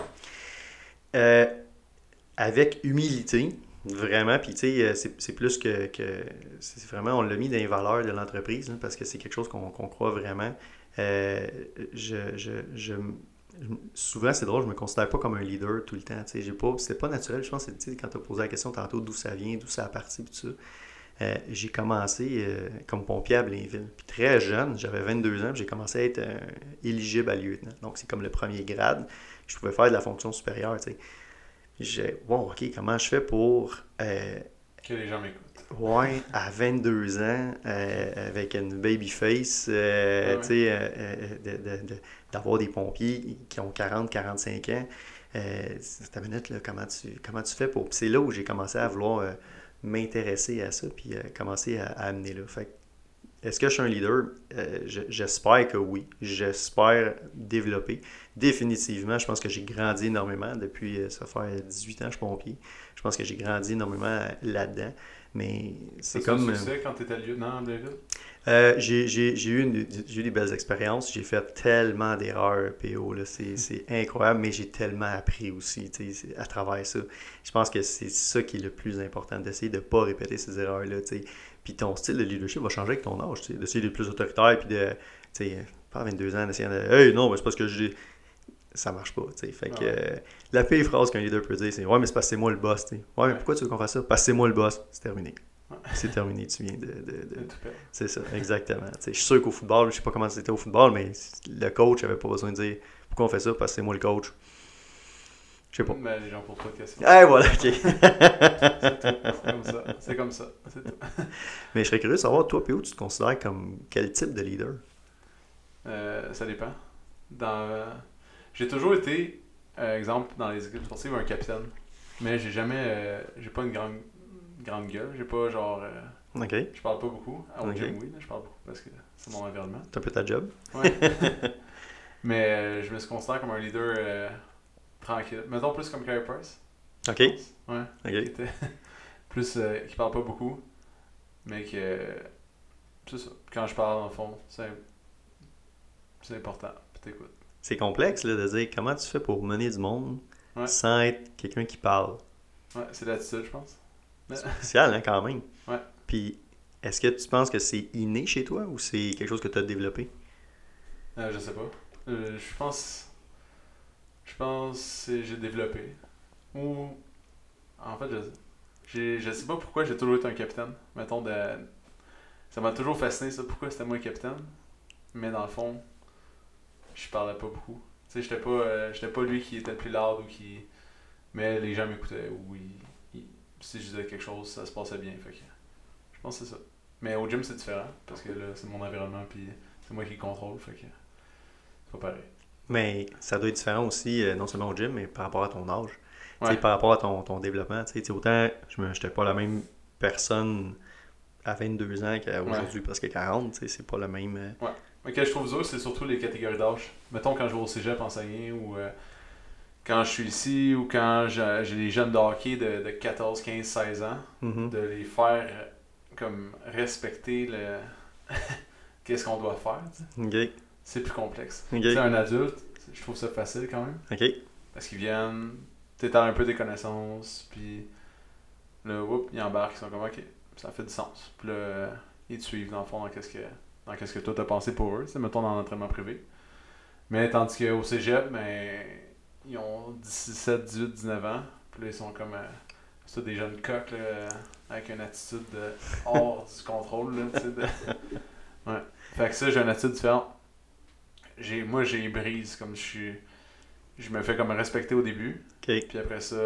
Avec humilité, vraiment. Puis, tu sais, c'est plus que c'est vraiment, on l'a mis dans les valeurs de l'entreprise, là, parce que c'est quelque chose qu'on croit vraiment. Souvent, c'est drôle, je me considère pas comme un leader tout le temps. C'est pas naturel. Je pense que quand tu as posé la question tantôt d'où ça vient, d'où ça a parti, tout ça. J'ai commencé comme pompier à Blainville. Puis très jeune, j'avais 22 ans, puis j'ai commencé à être éligible à lieutenant. Donc, c'est comme le premier grade. Je pouvais faire de la fonction supérieure. Wow, OK, comment je fais pour. Que les gens m'écoutent. Ouais, à 22 ans, avec une baby face, d'avoir des pompiers qui ont 40-45 ans. C'est ta minute, là, comment tu fais pour. Puis c'est là où j'ai commencé à vouloir m'intéresser à ça, puis commencer à amener là. Fait est-ce que je suis un leader? J'espère que oui. J'espère développer. Définitivement, je pense que j'ai grandi énormément depuis, ça fait 18 ans que je suis pompier. Je pense que j'ai grandi énormément là-dedans. Mais c'est comme. Tu sais, quand tu étais lieutenant en Blainville? J'ai eu des belles expériences. J'ai fait tellement d'erreurs, PO. Là, c'est incroyable, mais j'ai tellement appris aussi à travers ça. Je pense que c'est ça qui est le plus important, d'essayer de ne pas répéter ces erreurs-là. Puis ton style de leadership va changer avec ton âge. D'essayer d'être plus autoritaire, puis pas à 22 ans, d'essayer de. Hey, non, mais c'est parce que je dis. Ça marche pas. Fait que la pire phrase qu'un leader peut dire, c'est ouais, mais c'est parce que c'est moi le boss. T'sais. Ouais, mais pourquoi tu veux qu'on fasse ça? Parce que c'est moi le boss. C'est terminé. Ouais. C'est terminé. Tu viens de... C'est ça, exactement. Je suis sûr qu'au football, je sais pas comment c'était au football, mais le coach avait pas besoin de dire pourquoi on fait ça? Parce que c'est moi le coach. Je sais pas. Mais les gens posent pas de questions. Ah, voilà, ok. C'est comme ça. C'est comme ça. C'est tout. Mais je serais curieux de savoir, toi, PO, tu te considères comme quel type de leader? Ça dépend. J'ai toujours été, exemple, dans les équipes sportives, un capitaine. Mais j'ai jamais. J'ai pas une grande gueule. J'ai pas genre. Ok. Je parle pas beaucoup. Au gym, oui, là, je parle beaucoup parce que c'est mon environnement. C'est un peu ta job. Ouais. Mais je me considère comme un leader tranquille. Mettons plus comme Carey Price. Ok. Ouais. Ok. Qui était plus. Qui parle pas beaucoup. Mais que. C'est ça. Quand je parle, en fond, c'est important. Puis t'écoutes. C'est complexe là, de dire comment tu fais pour mener du monde sans être quelqu'un qui parle. Ouais, c'est l'attitude, je pense. C'est spécial, hein, quand même. Ouais. Puis, est-ce que tu penses que c'est inné chez toi ou c'est quelque chose que tu as développé? Je sais pas. Je pense que j'ai développé. Ou. En fait, je sais pas pourquoi j'ai toujours été un capitaine. Mettons, ça m'a toujours fasciné, ça. Pourquoi c'était moi le capitaine. Mais dans le fond, je parlais pas beaucoup. Tu sais, j'étais pas lui qui était le plus loud ou qui. Mais les gens m'écoutaient ou si je disais quelque chose, ça se passait bien. Fait que je pense que c'est ça. Mais au gym, c'est différent parce que là, c'est mon environnement puis c'est moi qui le contrôle. Fait que c'est pas pareil. Mais ça doit être différent aussi, non seulement au gym, mais par rapport à ton âge. Ouais. Par rapport à ton développement. Autant, je n'étais pas la même personne à 22 ans qu'aujourd'hui presque 40. C'est pas le même. Ouais. Ce que je trouve dur, c'est surtout les catégories d'âge. Mettons quand je vais au cégep enseigner ou quand je suis ici ou quand j'ai les jeunes de hockey de 14, 15, 16 ans, de les faire comme respecter le qu'est-ce qu'on doit faire. Okay. C'est plus complexe. Okay. Un adulte, je trouve ça facile quand même. Okay. Parce qu'ils viennent, t'étales un peu des connaissances, puis là, ils embarquent, ils sont comme ok, ça fait du sens. Puis là, ils te suivent dans le fond dans qu'est-ce que toi t'as pensé pour eux, c'est mettons dans l'entraînement privé. Mais tandis qu'au cégep, ils ont 17, 18, 19 ans. Puis là, ils sont comme c'est des jeunes coqs là, avec une attitude hors du contrôle. Là, ouais. Fait que ça, j'ai une attitude différente. Moi, j'ai brise comme je suis. je me fais comme respecter au début. OK. Puis après ça,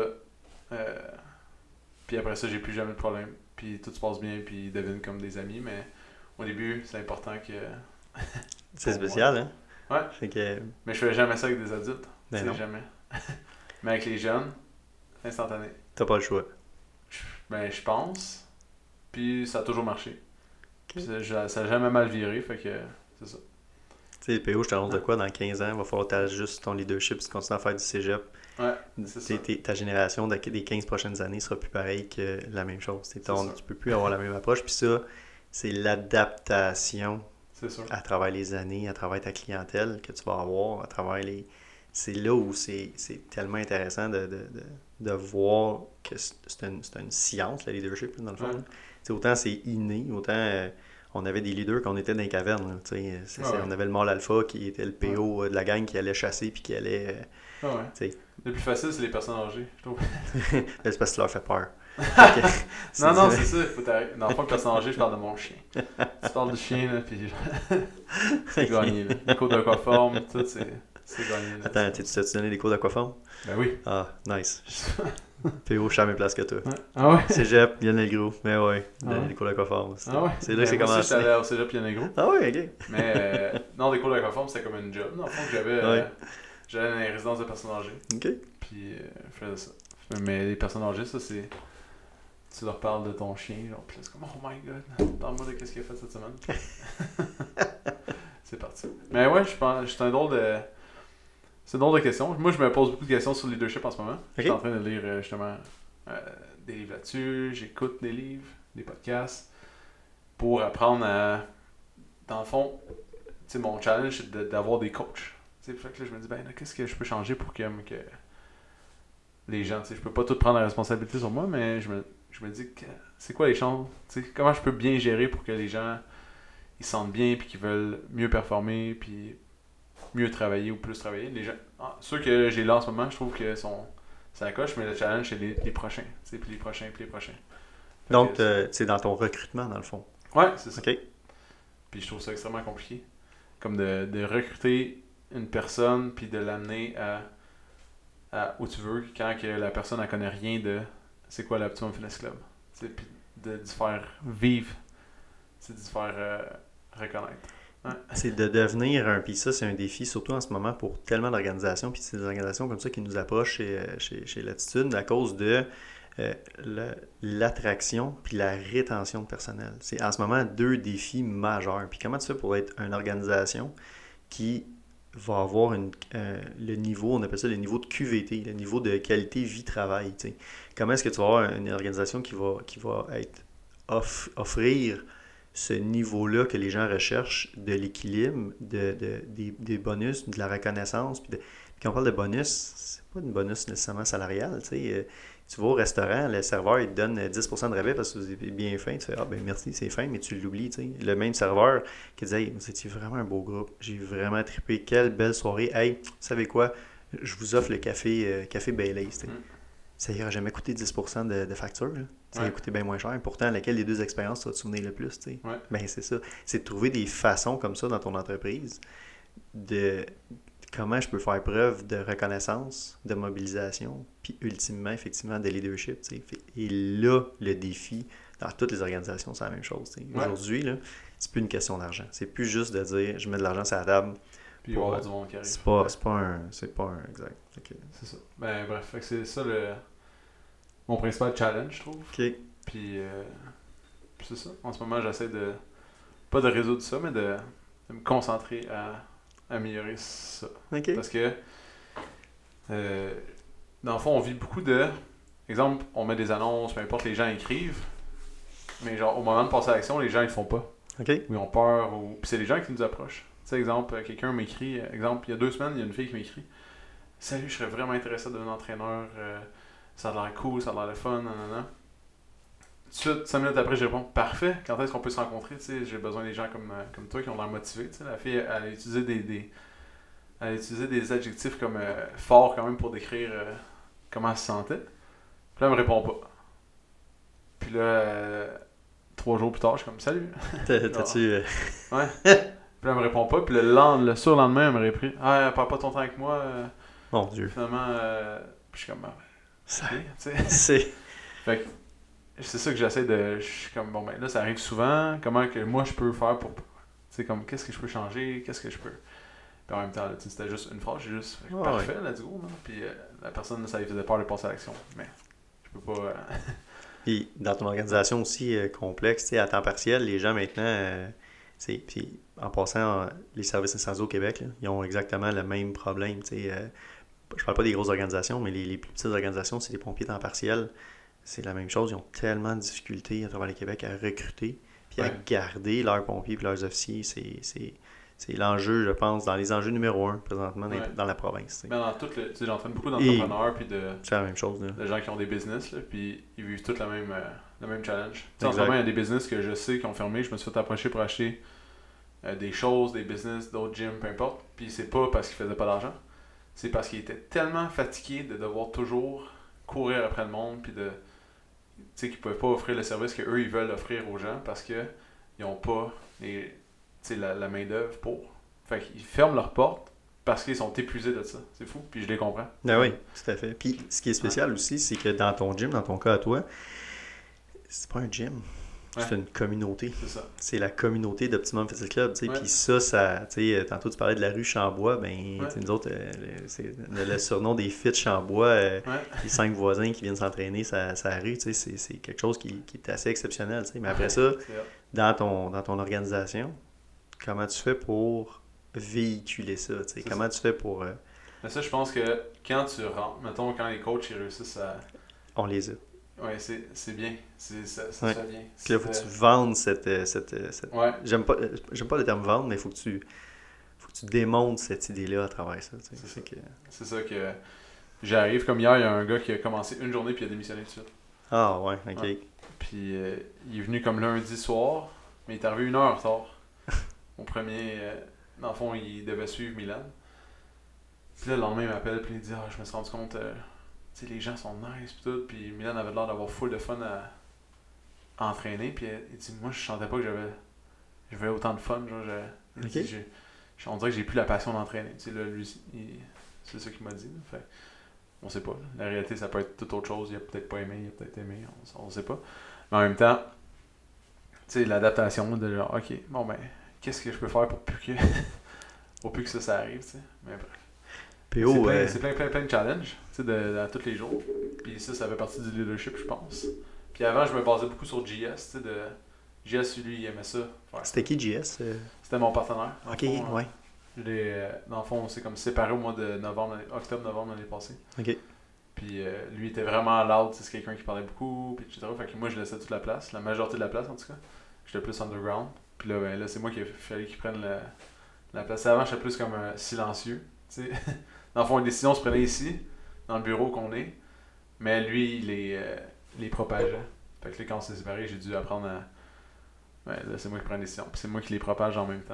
j'ai plus jamais de problème. Puis tout se passe bien, puis ils deviennent comme des amis. Mais au début, c'est important que. C'est pour spécial, hein? Ouais. Fait que, Mais je fais jamais ça avec des adultes. ben C'est non, jamais. Mais avec les jeunes, instantané. t'as pas le choix. Ben, je pense. Puis ça a toujours marché. OK. Puis ça a jamais mal viré, fait que c'est ça. Tu sais, PO, je t'annonce de quoi, dans 15 ans, il va falloir que tu ajustes ton leadership si tu continues à faire du cégep. Ouais, c'est ça. Ta génération des 15 prochaines années sera plus pareille que la même chose. ça. Tu peux plus avoir la même approche. Puis ça, c'est l'adaptation C'est sûr. à travers les années, à travers ta clientèle que tu vas avoir, à travers les... C'est là où c'est tellement intéressant de voir que c'est une science, le leadership, là, dans le fond. Ouais. Là. Autant c'est inné, autant on avait des leaders quand on était dans les cavernes. Là, on avait le mâle alpha qui était le PO de la gang qui allait chasser puis qui allait... Ah ouais. Le plus facile, c'est les personnes âgées, je trouve. c'est parce que tu leur fais peur. Non, c'est ça. Dans le fond, le personne âgée, je parle de mon chien. Tu parles du chien, là, puis c'est gagné. Là. Les cours d'aquaforme, tout, c'est gagné. Là. Attends, tu t'as donné des cours d'aquaforme? Ben oui. Ah, nice. PO, je suis à la même place que toi. Ouais. Ah ouais? Cégep, Lionel-Gros. Mais ouais, Ah ouais? des cours d'aquaforme. Ah ouais? C'est là que c'est moi aussi, commencé. j'étais allé au cégep Lionel-Gros. Ah ouais, ok. Mais non, des cours d'aquaforme, c'était comme une job. Dans le fond, j'allais dans les résidences de personnes âgées. Ok. Puis je faisais ça. Mais les personnes âgées, ça, c'est... Tu leur parles de ton chien, genre, puis là, c'est comme, oh my god, parle-moi de qu'est-ce qu'il a fait cette semaine. C'est parti. Mais ouais, je pense, c'est un drôle de... C'est une drôle de question. Moi, je me pose beaucoup de questions sur le leadership en ce moment. Je suis en train de lire, justement, des livres là-dessus. J'écoute des livres, des podcasts, pour apprendre à... Dans le fond, tu sais, mon challenge, c'est d'avoir des coachs. Tu sais, fait que là, je me dis, ben, là, qu'est-ce que je peux changer pour que les gens, tu sais, je peux pas tout prendre la responsabilité sur moi, mais je me dis, c'est quoi les chances? Tu sais, comment je peux bien gérer pour que les gens, ils se sentent bien, puis qu'ils veulent mieux performer, puis mieux travailler ou plus travailler. Les gens, ceux que j'ai là en ce moment, je trouve que ça coche, mais le challenge, c'est les prochains. Tu sais, puis les prochains, puis les prochains. Fait Donc, que, c'est dans ton recrutement, dans le fond. ouais, c'est ça. Ok. Puis je trouve ça extrêmement compliqué. Comme de recruter une personne, puis de l'amener à où tu veux, quand que la personne ne connaît rien de c'est quoi l'Optimum Fitness Club. Puis d'y faire vivre, d'y faire reconnaître. Ouais. C'est de devenir un... Puis ça, c'est un défi, surtout en ce moment, pour tellement d'organisations. Puis c'est des organisations comme ça qui nous approchent chez Latitude à cause de l'attraction puis la rétention de personnel. C'est en ce moment 2 défis majeurs. Puis comment tu fais pour être une organisation qui va avoir le niveau, on appelle ça le niveau de QVT, le niveau de qualité vie-travail. T'sais. Comment est-ce que tu vas avoir une organisation qui va être offrir ce niveau-là que les gens recherchent de l'équilibre, des bonus, de la reconnaissance. Puis quand on parle de bonus, c'est pas une bonus nécessairement salariale. Tu vas au restaurant, le serveur il te donne 10% de rabais parce que vous êtes bien fin. Tu fais ah ben merci, c'est fin, mais tu l'oublies. T'sais. Le même serveur qui dit hey, vous étiez vraiment un beau groupe, j'ai vraiment trippé, quelle belle soirée. Hey, vous savez quoi, je vous offre le café Baileys. Ça n'aurait jamais coûté 10% de facture. Là. Ça aurait coûté bien moins cher. Pourtant, laquelle des 2 expériences tu vas te souvenir le plus? Ouais. Ben, c'est ça. C'est de trouver des façons comme ça dans ton entreprise de comment je peux faire preuve de reconnaissance, de mobilisation, puis ultimement, effectivement, de leadership. T'sais. Et là, le défi, dans toutes les organisations, c'est la même chose. Ouais. Aujourd'hui, là, c'est plus une question d'argent. C'est plus juste de dire je mets de l'argent sur la table. Puis il va y avoir du monde qui arrive. C'est pas un exact. Okay. C'est ça. Ben bref, fait que c'est ça mon principal challenge, je trouve. OK. Puis c'est ça. En ce moment, j'essaie pas de résoudre ça, mais de me concentrer à améliorer ça. Okay. Parce que dans le fond, on vit beaucoup de... Exemple, on met des annonces, peu importe, les gens écrivent, mais genre au moment de passer à l'action, les gens ils le font pas. Okay. Ou ils ont peur, ou... Puis c'est les gens qui nous approchent. Tu sais, exemple, quelqu'un m'écrit, exemple, il y a 2 semaines, il y a une fille qui m'écrit « Salut, je serais vraiment intéressé de devenir entraîneur, ça a l'air cool, ça a l'air le fun, nanana. » Tout de suite, 5 minutes après, je réponds « Parfait, quand est-ce qu'on peut se rencontrer? J'ai besoin des gens comme toi qui ont l'air motivés. » La fille, elle a utilisé des adjectifs comme forts quand même pour décrire comment elle se sentait. Puis là, elle me répond pas. Puis là, 3 jours plus tard, je suis comme « Salut! » T'as-tu... Ouais. Puis là, elle me répond pas. Puis le surlendemain, elle me répond « Ah, perds pas ton temps avec moi. Mon Dieu. Finalement, puis je suis comme, Ça, ok, tu sais. c'est... Fait que c'est ça que j'essaie de. Je suis comme, bon, ben là, ça arrive souvent. Comment que moi je peux faire pour. Tu sais, comme, qu'est-ce que je peux changer, qu'est-ce que je peux. Puis en même temps, là, tu sais, c'était juste une phrase, j'ai juste fait, Ouais, parfait, let's go. Là. Puis la personne, ça lui faisait peur de passer à l'action. Mais je peux pas. Puis dans ton organisation aussi complexe, tu sais, à temps partiel, les gens maintenant, puis en passant, les services incendies au Québec, là, ils ont exactement le même problème. Tu sais, je parle pas des grosses organisations, mais les plus petites organisations, c'est les pompiers temps partiel. C'est la même chose. Ils ont tellement de difficultés à travers le Québec à recruter puis à Ouais. garder leurs pompiers et leurs officiers. C'est l'enjeu, je pense, dans les enjeux numéro un présentement Ouais. dans la province. Tu sais. Mais dans tout le. Tu sais, j'entraîne beaucoup Et d'entrepreneurs puis c'est la même chose. Là. de gens qui ont des business, là, puis ils vivent tous le même challenge. Tu sais, en ce Exact. moment, il y a des business que je sais qui ont fermé. Je me suis fait approcher pour acheter des choses, des business, d'autres gyms, peu importe. Puis c'est pas parce qu'ils faisaient pas d'argent. C'est parce qu'ils étaient tellement fatigués de devoir toujours courir après le monde, puis de. Tu sais, qu'ils pouvaient pas offrir le service qu'eux, ils veulent offrir aux gens parce que ils ont pas tu sais, la main-d'œuvre pour. Fait qu'ils ferment leurs portes parce qu'ils sont épuisés de ça. C'est fou, puis je les comprends. Ah oui, tout à fait. Puis ce qui est spécial aussi, c'est que dans ton gym, dans ton cas à toi, c'est pas un gym. Ouais. C'est une communauté. C'est ça. C'est la communauté d'Optimum Fitness Club. Tu sais. Ouais. Puis ça, tu sais, tantôt tu parlais de la rue Chambois, ben, Ouais. tu sais, nous autres, c'est le surnom des Fit Chambois, Ouais. les 5 voisins qui viennent s'entraîner sa rue, tu sais, c'est quelque chose qui est assez exceptionnel. Tu sais. Mais après ça, C'est hot. dans ton organisation, comment tu fais pour véhiculer ça? Tu sais? C'est Comment tu fais pour... Mais ça, je pense que quand tu rentres, mettons, quand les coachs ils réussissent à. on les a. Ouais, c'est bien. Ça Ouais. se fait bien. Puis là, il faut que tu vendes cette Ouais, j'aime pas le terme vendre, mais il faut que tu démontres cette idée-là à travers ça. Tu sais. C'est ça. Fait que- c'est ça que j'arrive. Comme hier, il y a un gars qui a commencé une journée puis il a démissionné tout de suite. Ah ouais, ok. Ouais. Puis il est venu comme lundi soir, mais il est arrivé 1 heure en retard. Au premier. Dans le fond, il devait suivre Milan. Puis là, le lendemain, il m'appelle puis il dit je me suis rendu compte, tu sais, les gens sont nice puis tout. Puis Milan avait l'air d'avoir full de fun à entraîner. Puis il dit moi, je sentais pas que j'avais autant de fun. Genre, il Ok. dit, on dirait que j'ai plus la passion d'entraîner. Tu sais, là, lui, c'est ça qu'il m'a dit. Là. Fait, on sait pas. La réalité, ça peut être toute autre chose. Il a peut-être pas aimé, il a peut-être aimé. On sait pas. Mais en même temps, tu sais, l'adaptation de genre, ok, bon ben, qu'est-ce que je peux faire pour plus que ça arrive, tu sais. Mais bref. PO, C'est plein de challenges, tu sais, à tous les jours. Puis ça fait partie du leadership, je pense. Puis avant, je me basais beaucoup sur JS, tu sais, JS, lui, il aimait ça. faire. c'était qui JS? C'était mon partenaire. Dans Ok, le fond, ouais. dans le fond, on s'est comme séparés au mois de octobre-novembre l'année passée. Ok. Puis lui était vraiment loud, c'est quelqu'un qui parlait beaucoup, puis etc. Fait que moi, je laissais toute la place, la majorité de la place en tout cas. J'étais plus underground. Puis là, ben, là c'est moi qui a fallu qu'il prenne la place. Avant, j'étais plus comme silencieux. Tu sais. Dans le fond, les décisions se prenaient ici, dans le bureau qu'on est. Mais lui, il les propageait. Fait que là, quand on s'est séparés, j'ai dû apprendre à. Ben, là, c'est moi qui prends les décisions. Puis c'est moi qui les propage en même temps.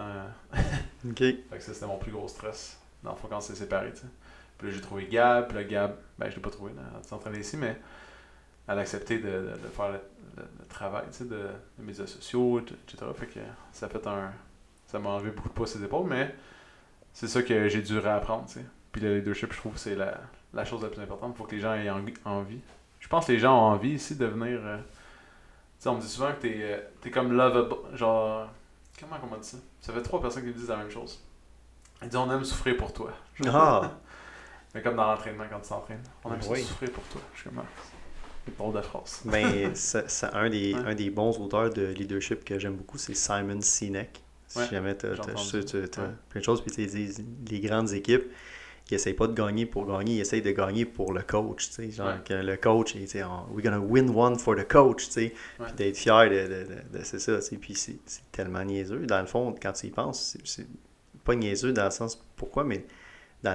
Ok. Fait que ça, c'était mon plus gros stress. Dans le fond, quand on s'est séparés, tu sais. Puis là, j'ai trouvé Gab. Puis là, Gab, ben, je l'ai pas trouvé, là, elle est en train ici, mais elle a accepté de faire le travail, tu sais, de médias sociaux, etc. Fait que ça m'a enlevé beaucoup de poids sur ses épaules, mais c'est ça que j'ai dû réapprendre, tu sais. Puis le leadership, je trouve que c'est la chose la plus importante. Il faut que les gens aient envie. Je pense que les gens ont envie ici de venir. Tu sais, on me dit souvent que t'es comme lovable. Genre. Comment on m'a dit ça? Ça fait 3 personnes qui me disent la même chose. Ils disent on aime souffrir pour toi. Ah! Mais comme dans l'entraînement quand tu t'entraînes. On aime Oui. souffrir pour toi. Je suis comme. C'est drôle de phrase. Ben, un Ouais. des bons auteurs de leadership que j'aime beaucoup, c'est Simon Sinek. Si Ouais, jamais j'ai entendu je suis sûr que t'as ça. Ouais. plein de choses, puis tu sais, ils disent, les grandes équipes, ils essayent pas de gagner pour gagner, ils essayent de gagner pour le coach, tu sais, genre Ouais. que le coach, tu sais, we're gonna win one for the coach, tu sais, Ouais. puis d'être fier de c'est ça, tu sais, puis c'est tellement niaiseux, dans le fond, quand tu y penses, c'est pas niaiseux dans le sens, pourquoi, mais dans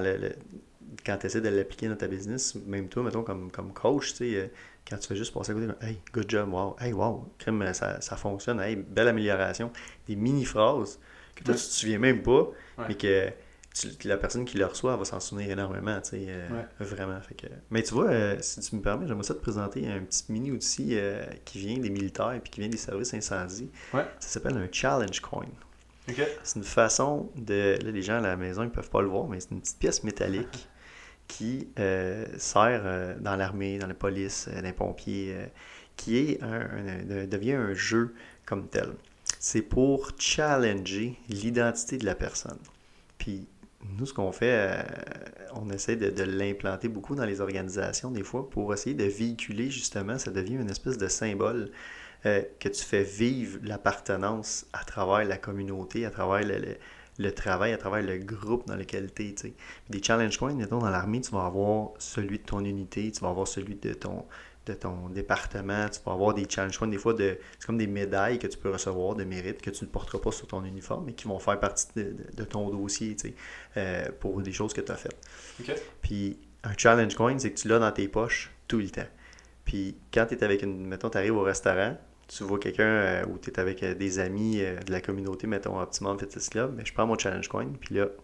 quand tu essaies de l'appliquer dans ta business, même toi, mettons, comme coach, tu sais, quand tu fais juste passer à côté, hey, good job, wow, hey, wow, crème, ça fonctionne, hey, belle amélioration, des mini-phrases que toi, Ouais. tu te souviens même pas, Ouais. mais que la personne qui le reçoit va s'en souvenir énormément, tu sais, Ouais. vraiment. Fait que... Mais tu vois, si tu me permets, j'aimerais ça te présenter un petit mini-outil qui vient des militaires puis qui vient des services incendies. Ouais. Ça s'appelle un challenge coin. Ok. C'est une façon de... Là, les gens à la maison, ils peuvent pas le voir, mais c'est une petite pièce métallique qui sert dans l'armée, dans la police, dans les pompiers, qui est devient un jeu comme tel. C'est pour challenger l'identité de la personne. Puis nous, ce qu'on fait, on essaie de l'implanter beaucoup dans les organisations des fois pour essayer de véhiculer justement, ça devient une espèce de symbole que tu fais vivre l'appartenance à travers la communauté, à travers le travail, à travers le groupe dans lequel tu es. Des challenge coins, mettons, dans l'armée, tu vas avoir celui de ton unité, tu vas avoir celui de ton département, tu vas avoir des challenge coins, des fois, c'est comme des médailles que tu peux recevoir de mérite, que tu ne porteras pas sur ton uniforme, mais qui vont faire partie de ton dossier, pour des choses que tu as faites. OK. Puis, un challenge coin, c'est que tu l'as dans tes poches tout le temps. Puis, quand tu es avec mettons, tu arrives au restaurant, tu vois quelqu'un ou tu es avec des amis de la communauté, mettons Optimum Fitness Club, mais je prends mon challenge coin, puis là,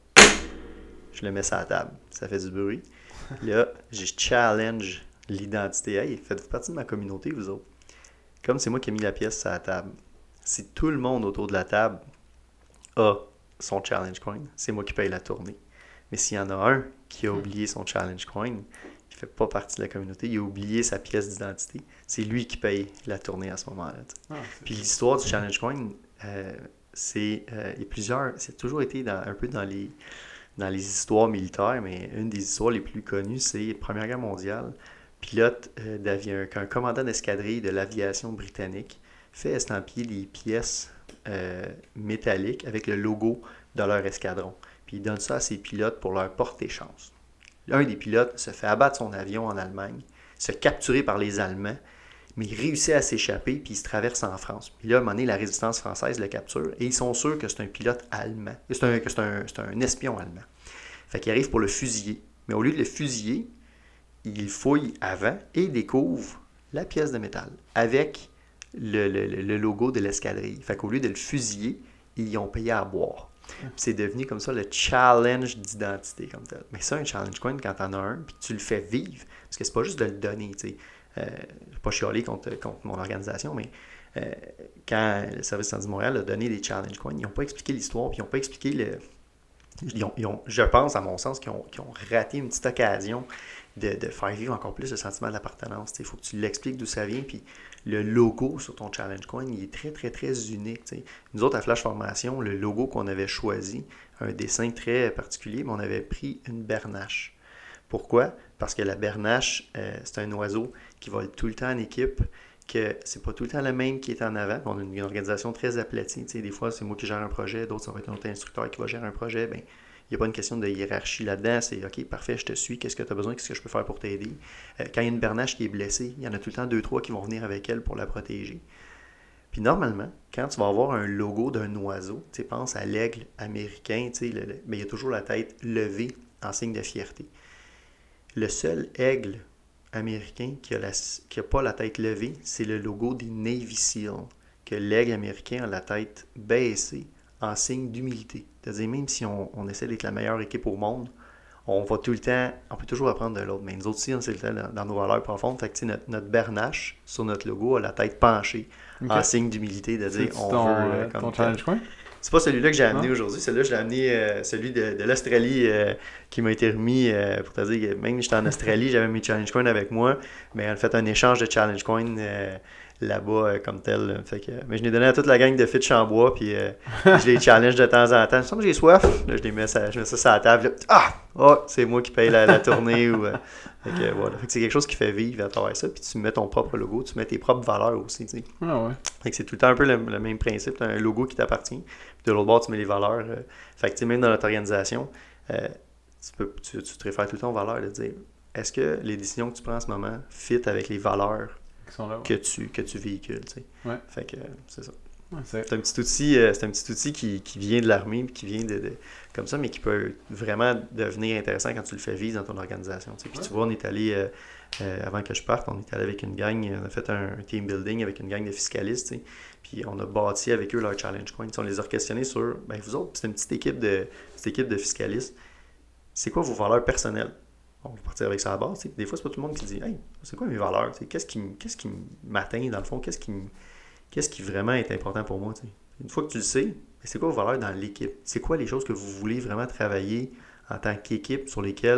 je le mets sur la table. Ça fait du bruit. Là, je challenge l'identité. Hey, faites-vous partie de ma communauté, vous autres? Comme c'est moi qui ai mis la pièce sur la table, si tout le monde autour de la table a son challenge coin, c'est moi qui paye la tournée. Mais s'il y en a un qui a oublié son challenge coin, qui ne fait pas partie de la communauté, il a oublié sa pièce d'identité, c'est lui qui paye la tournée à ce moment-là. Puis l'histoire du challenge coin, c'est toujours été un peu dans les histoires militaires, mais une des histoires les plus connues, c'est la Première Guerre mondiale. Pilote un commandant d'escadrille de l'aviation britannique fait estampiller des pièces métalliques avec le logo de leur escadron. Puis il donne ça à ses pilotes pour leur porter chance. Un des pilotes se fait abattre son avion en Allemagne, se fait capturer par les Allemands, mais il réussit à s'échapper, puis il se traverse en France. Puis là, à un moment donné, la résistance française le capture, et ils sont sûrs que c'est un pilote allemand, que c'est un espion allemand. Fait qu'il arrive pour le fusiller. Mais au lieu de le fusiller, il fouille avant et découvre la pièce de métal avec le logo de l'escadrille. Fait qu'au lieu de le fusiller, ils ont payé à boire. Puis c'est devenu comme ça le challenge d'identité comme tel. Mais ça, un challenge coin, quand t'en as un, puis tu le fais vivre, parce que c'est pas juste de le donner, tu sais. Je ne vais pas chialer contre mon organisation, mais quand le Service Incendie de Montréal a donné des challenge coins, ils n'ont pas expliqué l'histoire, puis ils n'ont pas expliqué je pense, à mon sens, qu'ils ont raté une petite occasion de faire vivre encore plus le sentiment d'appartenance. Il faut que tu l'expliques d'où ça vient, puis le logo sur ton challenge coin, il est très, très, très unique. T'sais. Nous autres, à Flash Formation, le logo qu'on avait choisi, un dessin très particulier, mais on avait pris une bernache. Pourquoi? Parce que la bernache, c'est un oiseau qui vole tout le temps en équipe, que c'est pas tout le temps le même qui est en avant. On a une organisation très aplatie. Des fois, c'est moi qui gère un projet, d'autres, ça va être un autre instructeur qui va gérer un projet. Ben, il n'y a pas une question de hiérarchie là-dedans. C'est OK, parfait, je te suis. Qu'est-ce que tu as besoin? Qu'est-ce que je peux faire pour t'aider? Quand il y a une bernache qui est blessée, il y en a tout le temps 2-3 qui vont venir avec elle pour la protéger. Puis normalement, quand tu vas avoir un logo d'un oiseau, tu penses à l'aigle américain, mais il y a toujours la tête levée en signe de fierté. Le seul aigle américain qui a pas la tête levée, c'est le logo des Navy SEAL, que l'aigle américain a la tête baissée en signe d'humilité. C'est-à-dire, même si on essaie d'être la meilleure équipe au monde, on va tout le temps, on peut toujours apprendre de l'autre. Mais nous autres aussi, c'est le temps dans nos valeurs profondes. Fait que notre bernache sur notre logo a la tête penchée en signe d'humilité, de dire on veut ton challenge coin? C'est pas celui-là que j'ai amené aujourd'hui. Celui-là, je l'ai amené celui de l'Australie qui m'a été remis pour te dire que même si j'étais en Australie, j'avais mes challenge coins avec moi. Mais on a fait un échange de challenge coins là-bas comme tel. Fait que, mais je l'ai donné à toute la gang de filles de Chambois, puis je les challenge de temps en temps. Je sens que j'ai soif. Là, je mets ça sur la table. Là, c'est moi qui paye la tournée. Fait que, voilà. Fait que c'est quelque chose qui fait vivre à travers ça. Puis tu mets ton propre logo, tu mets tes propres valeurs aussi. T'sais. Ah ouais. Fait que c'est tout le temps un peu le même principe. Tu as un logo qui t'appartient. Puis de l'autre bord, tu mets les valeurs. Fait que même dans notre organisation, tu te réfères tout le temps aux valeurs. De dire, est-ce que les décisions que tu prends en ce moment fit avec les valeurs que tu véhicules, tu sais. Ouais. Fait que c'est ça. Ouais, c'est un petit outil qui vient de l'armée, qui vient de comme ça, mais qui peut vraiment devenir intéressant quand tu le fais vivre dans ton organisation. Tu sais. Puis tu vois, on est allé, avant que je parte, on est allé avec une gang, on a fait un team building avec une gang de fiscalistes, tu sais. Puis on a bâti avec eux leur challenge coin. On les a questionnés sur, ben vous autres, c'est une petite équipe de fiscalistes. C'est quoi vos valeurs personnelles? On va partir avec ça à la base. T'sais. Des fois, c'est pas tout le monde qui dit « Hey, c'est quoi mes valeurs? Qu'est-ce qui m'atteint dans le fond? Qu'est-ce qui vraiment est important pour moi? » T'sais. Une fois que tu le sais, c'est quoi vos valeurs dans l'équipe? C'est quoi les choses que vous voulez vraiment travailler en tant qu'équipe sur lesquelles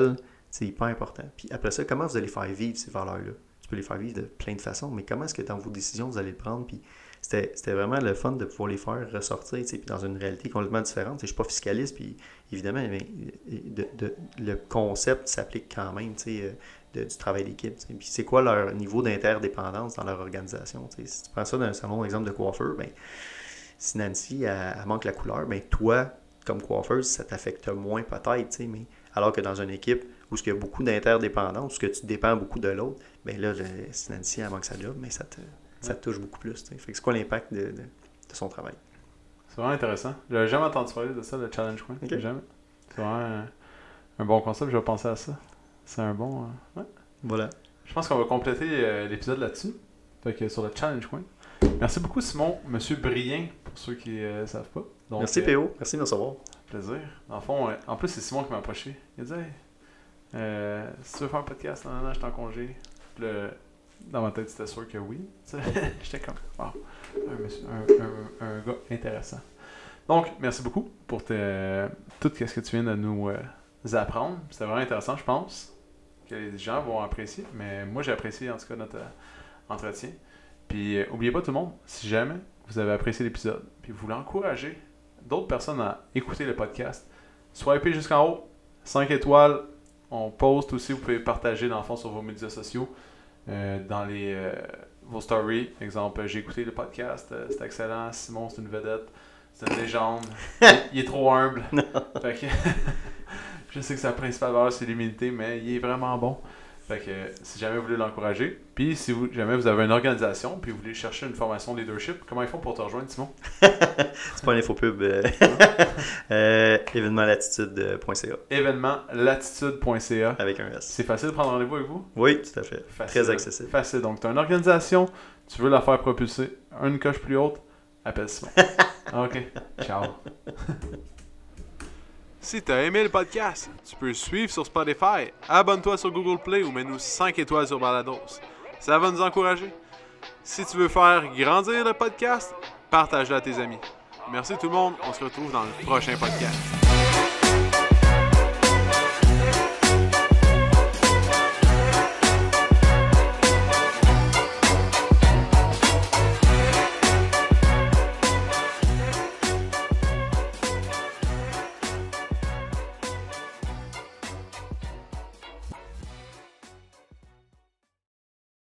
C'est hyper important. Puis après ça, comment vous allez faire vivre ces valeurs-là? Tu peux les faire vivre de plein de façons, mais comment est-ce que dans vos décisions, vous allez le prendre? Puis c'était vraiment le fun de pouvoir les faire ressortir, tu sais, puis dans une réalité complètement différente. Je ne suis pas fiscaliste, puis évidemment, mais le concept s'applique quand même, tu sais, du travail d'équipe. Tu sais. Puis c'est quoi leur niveau d'interdépendance dans leur organisation? Tu sais. Si tu prends ça d'un salon, exemple de coiffeur, ben, si Nancy, elle manque la couleur, ben toi, comme coiffeuse, ça t'affecte moins peut-être, tu sais, mais alors que dans une équipe où il y a beaucoup d'interdépendance, où que tu dépends beaucoup de l'autre, ben là, si Nancy, elle manque sa job, mais ça te touche beaucoup plus. T'sais. Fait que c'est quoi l'impact de son travail? C'est vraiment intéressant. J'avais jamais entendu parler de ça, le Challenge Coin. Okay. Jamais. C'est vraiment un bon concept, je vais penser à ça. C'est un bon... ouais. Voilà. Je pense qu'on va compléter l'épisode là-dessus. Fait que sur le Challenge Coin. Merci beaucoup, Simon. Monsieur Brien, pour ceux qui ne savent pas. Donc, merci, PO. Merci de me recevoir. Plaisir. En fond, en plus, c'est Simon qui m'a approché. Il a dit hey, si tu veux faire un podcast, non, je suis en congé. Puis dans ma tête, c'était sûr que oui. J'étais comme, wow, un gars intéressant. Donc, merci beaucoup pour tout ce que tu viens de nous apprendre. C'était vraiment intéressant, je pense, que les gens vont apprécier. Mais moi, j'ai apprécié, en tout cas, notre entretien. Puis, n'oubliez pas tout le monde, si jamais vous avez apprécié l'épisode, puis vous voulez encourager d'autres personnes à écouter le podcast, swipez jusqu'en haut, 5 étoiles, on poste aussi, vous pouvez partager dans le fond sur vos médias sociaux, dans vos stories. Exemple, j'ai écouté le podcast, c'est excellent, Simon c'est une vedette, c'est une légende, il est trop humble. Fait que, je sais que sa principale valeur c'est l'humilité, mais il est vraiment bon. Fait que si jamais vous voulez l'encourager, puis si jamais vous avez une organisation, puis vous voulez chercher une formation de leadership, comment ils font pour te rejoindre, Simon? C'est pas une infopub. Événementlatitude.ca. Événementlatitude.ca. Avec un S. C'est facile de prendre rendez-vous avec vous? Oui, tout à fait. Facile, très accessible. Facile. Donc, tu as une organisation, tu veux la faire propulser, une coche plus haute, appelle Simon. OK. Ciao. Si tu as aimé le podcast, tu peux suivre sur Spotify, abonne-toi sur Google Play ou mets-nous 5 étoiles sur Balados. Ça va nous encourager. Si tu veux faire grandir le podcast, partage-le à tes amis. Merci tout le monde, on se retrouve dans le prochain podcast.